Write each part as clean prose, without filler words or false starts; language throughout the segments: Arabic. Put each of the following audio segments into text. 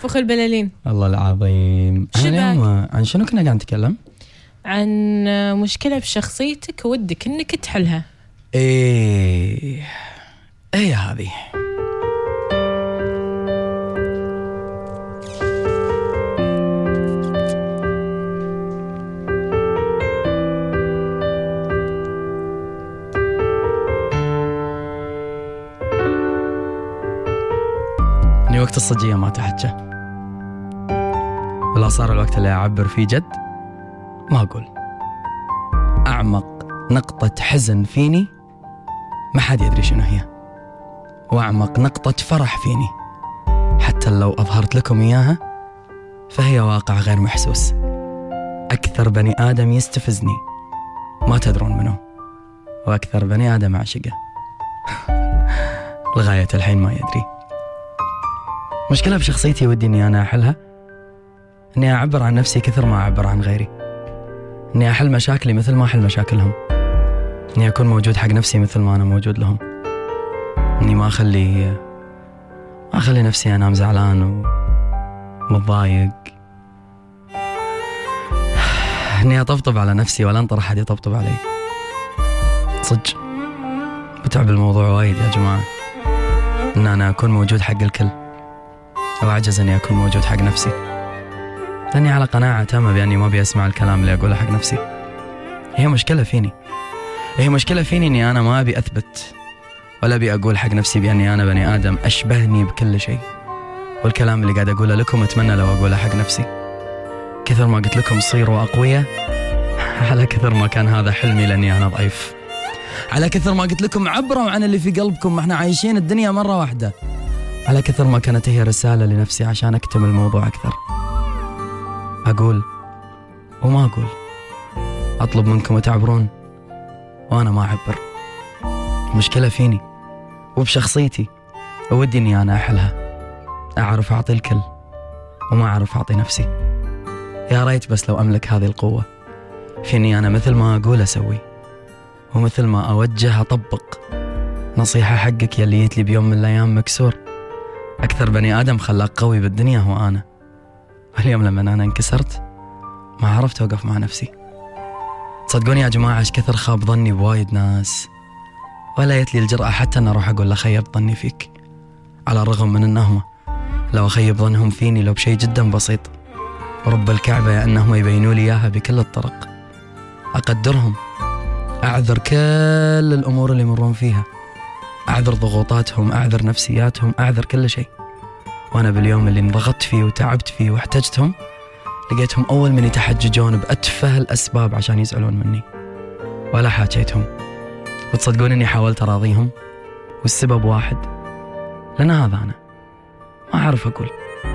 فخ البلالين. الله العظيم. اليوم عن شنو كنا قاعد نتكلم؟ عن مشكلة بشخصيتك ودك انك تحلها. ايه هذه. وقت الصجية ما تحكى، ولا صار الوقت اللي أعبر فيه جد ما أقول. أعمق نقطة حزن فيني ما حد يدري شنو هي، وأعمق نقطة فرح فيني حتى لو أظهرت لكم إياها فهي واقع غير محسوس. أكثر بني آدم يستفزني ما تدرون منه، وأكثر بني آدم أعشقه لغاية الحين ما يدري. مشكلة بشخصيتي ودي أني أنا أحلها، أني أعبر عن نفسي كثر ما أعبر عن غيري، أني أحل مشاكلي مثل ما أحل مشاكلهم، أني أكون موجود حق نفسي مثل ما أنا موجود لهم، أني ما أخلي نفسي أنام زعلان ومتضايق، أني أطبطب على نفسي ولا أنطر أحد يطبطب علي. صدق بتعب الموضوع وايد يا جماعة، أن أنا أكون موجود حق الكل أو أعجز أني أكون موجود حق نفسي، لأني على قناعة تامة بأني ما بيسمع الكلام اللي أقوله حق نفسي. هي مشكلة فيني أني أنا ما أبي أثبت ولا أبي أقول حق نفسي بأني أنا بني آدم أشبهني بكل شيء، والكلام اللي قاعد أقوله لكم أتمنى لو أقوله حق نفسي. كثر ما قلت لكم صيروا أقوياء، على كثر ما كان هذا حلمي لأني أنا ضعيف. على كثر ما قلت لكم عبروا عن اللي في قلبكم، ما احنا عايشين الدنيا مرة واحدة، على كثر ما كانت هي رسالة لنفسي عشان أكتم الموضوع أكثر. أقول وما أقول، أطلب منكم تعبرون وأنا ما أعبر. مشكلة فيني وبشخصيتي، ودي أني أنا أحلها، أعرف أعطي الكل وما أعرف أعطي نفسي. يا ريت بس لو أملك هذه القوة في أني أنا مثل ما أقول أسوي، ومثل ما أوجه أطبق. نصيحة حقك يلي جيت لي بيوم من الأيام مكسور. أكثر بني آدم خلاك قوي بالدنيا هو أنا، واليوم لما أنا انكسرت ما عرفت أوقف مع نفسي. تصدقوني يا جماعة إيش كثر خاب ظني بوايد ناس، ولا جت لي الجرأة حتى أن أروح أقول له خيب ظني فيك، على الرغم من أنهم لو أخيب ظنهم فيني لو بشيء جدا بسيط، ورب الكعبة أنهم يبينوا لي إياها بكل الطرق، أقدرهم، أعذر كل الأمور اللي يمرون فيها، أعذر ضغوطاتهم، أعذر نفسياتهم، أعذر كل شيء. وأنا باليوم اللي انضغطت فيه وتعبت فيه واحتجتهم لقيتهم أول من يتحججون بأتفه الأسباب عشان يزعلون مني، ولا حاجيتهم. وتصدقون أني حاولت أراضيهم، والسبب واحد، لأن هذا أنا ما أعرف أقول.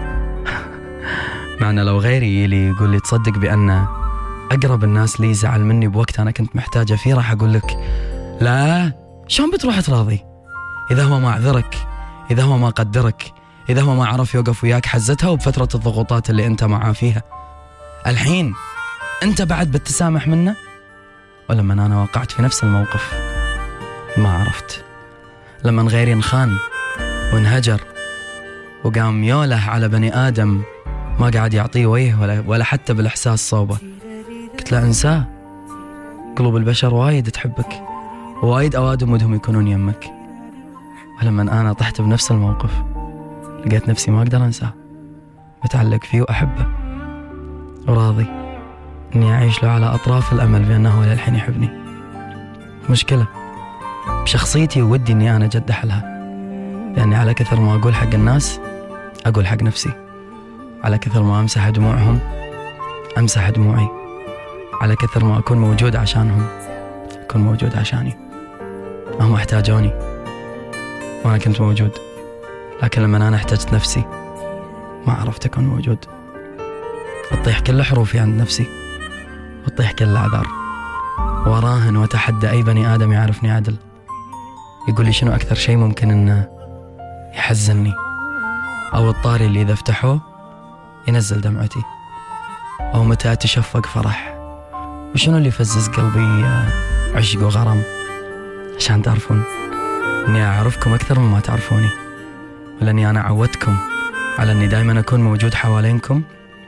معنى لو غيري يلي يقول لي تصدق بأن أقرب الناس لي زعل مني بوقت أنا كنت محتاجة فيه، راح أقول لك لا، شلون بتروح تراضي إذا هو ما أعذرك، إذا هو ما قدرك، إذا هو ما عرف يوقف وياك حزتها وبفترة الضغوطات اللي أنت معاه فيها. الحين أنت بعد بتسامح منه؟ ولما أنا وقعت في نفس الموقف ما عرفت، لما غيري انخان وانهجر وقام يوله على بني آدم ما قاعد يعطيه وجه ولا حتى بالإحساس صوبه، قلت له انساه. قلوب البشر وايد تحبك، وايد أوادم ودهم يكونون يمك. ولما أنا طحت بنفس الموقف لقيت نفسي ما أقدر أنساه، متعلق فيه وأحبه، وراضي أني أعيش له على أطراف الأمل بأنه إلى الحين يحبني. مشكلة بشخصيتي ودي أني أنا جد أحلها، لأني على كثر ما أقول حق الناس أقول حق نفسي، على كثر ما أمسح دموعهم أمسح دموعي، على كثر ما أكون موجود عشانهم أكون موجود عشاني. هم احتاجوني وأنا كنت موجود، لكن لما أنا احتجت نفسي ما عرفت أكون موجود. أطيح كل حروفي عند نفسي وأطيح كل الأعذار، وراهن وتحدى أي بني آدم يعرفني عدل يقول لي شنو أكثر شيء ممكن أنه يحزنني، أو الطاري اللي إذا افتحوه ينزل دمعتي، أو متى أتشفق فرح، وشنو اللي يفزز قلبي عشق وغرام. عشان تعرفون أني أعرفكم أكثر مما تعرفوني، ولأني أنا عودتكم على أني دائما أكون موجود حوالينكم.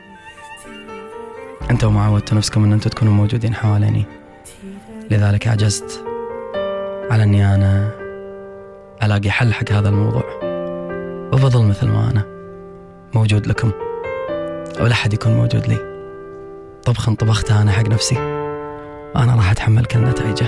أنتوا ما عودتوا نفسكم أن أنتوا تكونوا موجودين حواليني، لذلك عجزت على أني أنا ألاقي حل حق هذا الموضوع، وبظل مثل ما أنا موجود لكم، ولا حد يكون موجود لي. طبخا طبختها أنا حق نفسي، وأنا راح أتحمل كل نتائجه.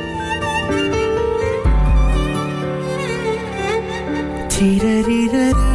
Tira-ri-ra-ra.